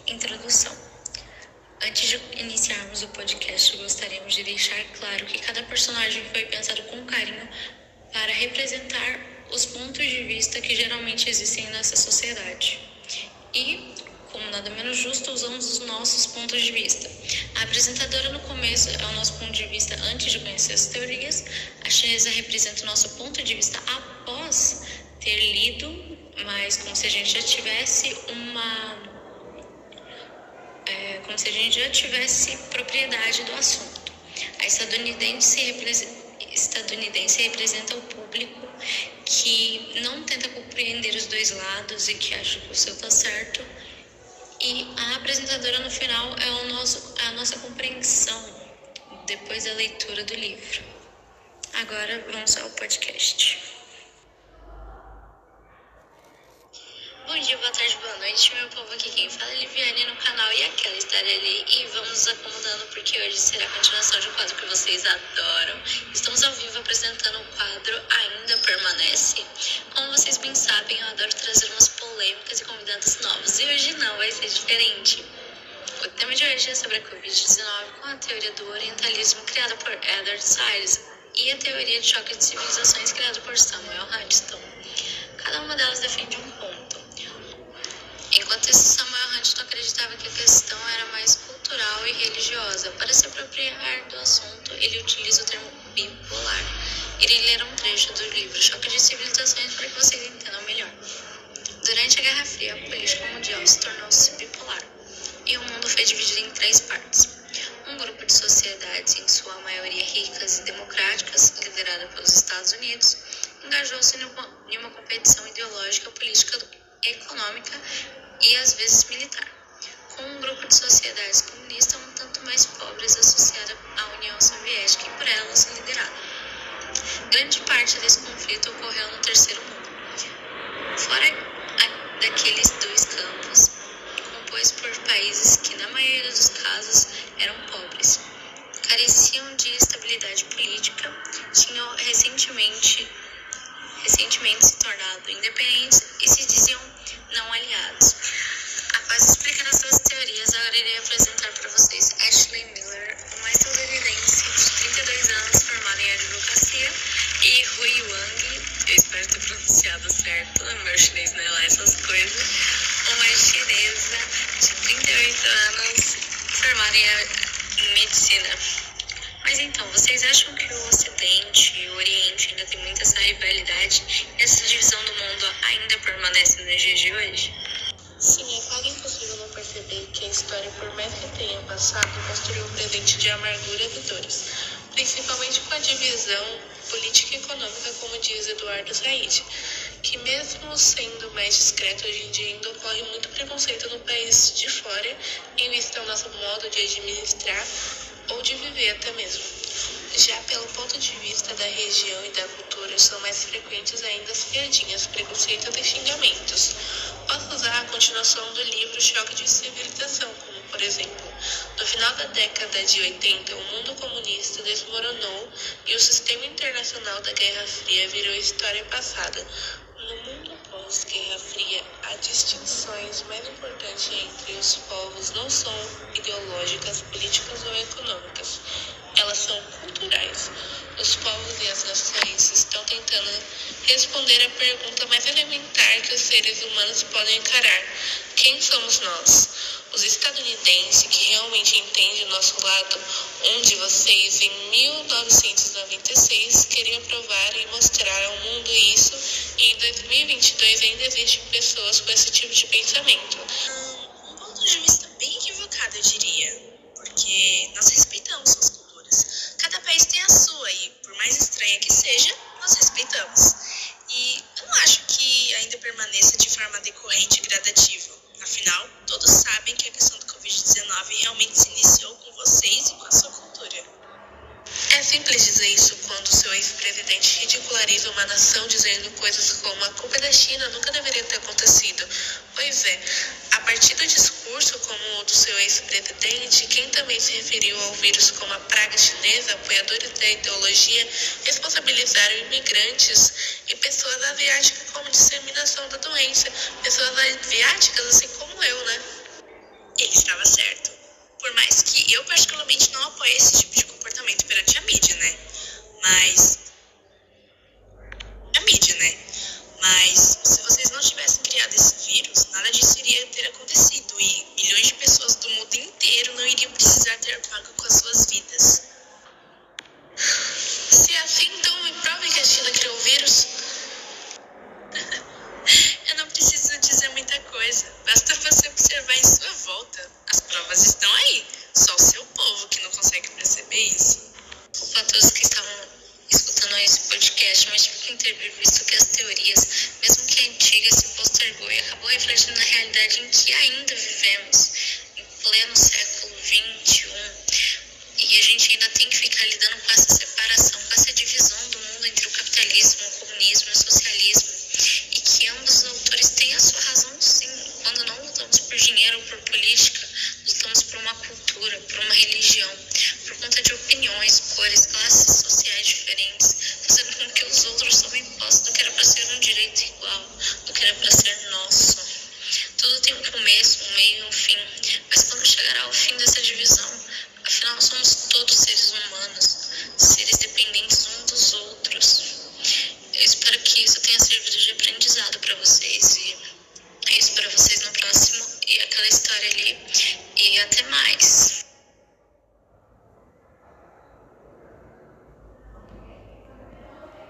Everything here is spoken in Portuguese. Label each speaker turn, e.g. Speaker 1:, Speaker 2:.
Speaker 1: Introdução. Antes de iniciarmos o podcast, gostaríamos de deixar claro que cada personagem foi pensado com carinho para representar os pontos de vista que geralmente existem nessa sociedade. E, como nada menos justo, usamos os nossos pontos de vista. A apresentadora no começo é o nosso ponto de vista antes de conhecer as teorias. A Teresa representa o nosso ponto de vista após ter lido, mas como se a gente já tivesse propriedade do assunto. A estadunidense representa o público que não tenta compreender os dois lados e que acha que o seu está certo. E a apresentadora no final é a nossa compreensão depois da leitura do livro. Agora vamos ao podcast. Bom dia, boa tarde, boa noite, meu povo. Aqui quem fala é Liviane no canal e aquela estará ali. E vamos nos acomodando porque hoje será a continuação de um quadro que vocês adoram. Estamos ao vivo apresentando o quadro Ainda Permanece. Como vocês bem sabem, eu adoro trazer umas polêmicas e convidados novos. E hoje não vai ser diferente. O tema de hoje é sobre a Covid-19 com a teoria do orientalismo criada por Edward Said e a teoria de choque de civilizações criada por Samuel Huntington. Cada uma delas defende um ponto. Enquanto isso, Samuel Huntington acreditava que a questão era mais cultural e religiosa. Para se apropriar do assunto, ele utiliza o termo bipolar. Irei ler um trecho do livro Choque de Civilizações para que vocês entendam melhor. Durante a Guerra Fria, a política mundial se tornou-se bipolar e o mundo foi dividido em três partes. Um grupo de sociedades, em sua maioria ricas e democráticas, liderada pelos Estados Unidos, engajou-se em uma competição ideológica, política, econômica e às vezes militar, com um grupo de sociedades comunistas um tanto mais pobres associada à União Soviética e por elas liderada. Grande parte desse conflito ocorreu no Terceiro Mundo. Fora daqueles dois campos, composto por países que na maioria dos casos eram pobres, careciam de estabilidade política, tinham recentemente se tornado independentes e se diziam não aliados. Após explicar as suas teorias, agora irei apresentar para vocês Ashley Miller, uma estadunidense de 32 anos formada em advocacia, e Hui Wang, eu espero ter pronunciado certo, meu chinês não é lá essas coisas, uma chinesa de 38 anos formada em medicina. Mas então, vocês acham que o Ocidente e o Oriente ainda tem muita essa rivalidade e essa divisão do mundo ainda permanece nos dias de hoje?
Speaker 2: Sim, é quase impossível não perceber que a história, por mais que tenha passado, construiu um presente de amargura e dores, principalmente com a divisão política e econômica, como diz Eduardo Said, que mesmo sendo mais discreto, hoje em dia ainda ocorre muito preconceito no país de fora, em vista ao nosso modo de administrar ou de viver até mesmo. Já pelo ponto de vista da região e da cultura, são mais frequentes ainda as piadinhas, preconceitos e xingamentos. Posso usar a continuação do livro Choque de Civilização, como por exemplo, no final da década de 80, o mundo comunista desmoronou e o sistema internacional da Guerra Fria virou história passada. No mundo pós-Guerra Fria, as distinções mais importantes entre os povos não são ideológicas, políticas ou econômicas. Elas são culturais. Os povos e as nações estão tentando responder a pergunta mais elementar que os seres humanos podem encarar: quem somos nós? Os estadunidenses, que realmente entendem o nosso lado, um de vocês, em 1996, queriam provar e mostrar ao mundo isso, e em 2022 ainda existem pessoas com esse tipo de pensamento.
Speaker 3: Um ponto de vista bem equivocado, eu diria, porque nós respeitamos suas culturas. Cada país tem a sua e, por mais estranha que seja, nós respeitamos. E eu não acho que ainda permaneça de forma decorrente e gradativa. Afinal, todos sabem que a questão do Covid-19 realmente se iniciou com vocês e com a sua cultura.
Speaker 2: É simples dizer isso quando seu ex-presidente ridiculariza uma nação dizendo coisas como a culpa é da China, nunca deveria ter acontecido. Pois é, a partir do discurso como o do seu ex-presidente, quem também se referiu ao vírus como a praga chinesa, apoiadores da ideologia, responsabilizaram imigrantes e pessoas asiáticas como disseminação da doença. Pessoas asiáticas assim como eu, né?
Speaker 3: realmente não apoia esse tipo de comportamento perante a mídia, né? Mas se vocês não tivessem criado esse vírus, nada disso iria ter acontecido e milhões de pessoas do mundo inteiro não iriam precisar ter pago com as suas vidas.
Speaker 2: Se é assim, então me prove que a China criou o vírus.
Speaker 3: Eu não preciso dizer muita coisa, basta você observar em sua volta. As provas estão aí, só o seu povo que não consegue perceber isso.
Speaker 1: A todos que estavam escutando esse podcast, mas fiquem ter visto que as teorias, mesmo que antigas, se postergou e acabou refletindo na realidade em que ainda vivemos, em pleno século XXI. E a gente ainda tem que ficar lidando com essa separação, com essa divisão do mundo entre o capitalismo, o comunismo e o socialismo. E que ambos os autores têm a sua razão, sim. Quando não lutamos por dinheiro ou por política, lutamos por uma cultura, por uma religião, por conta de opiniões, cores, classes sociais diferentes, fazendo com que os outros tomem posse do que era para ser um direito igual, do que era para ser nosso. Tudo tem um começo, um meio e um fim, mas quando chegará ao fim dessa divisão, afinal somos todos seres humanos, seres dependentes uns dos outros. Eu espero que isso tenha servido de aprendizado para vocês e eu espero vocês no próximo e aquela história ali. E até mais.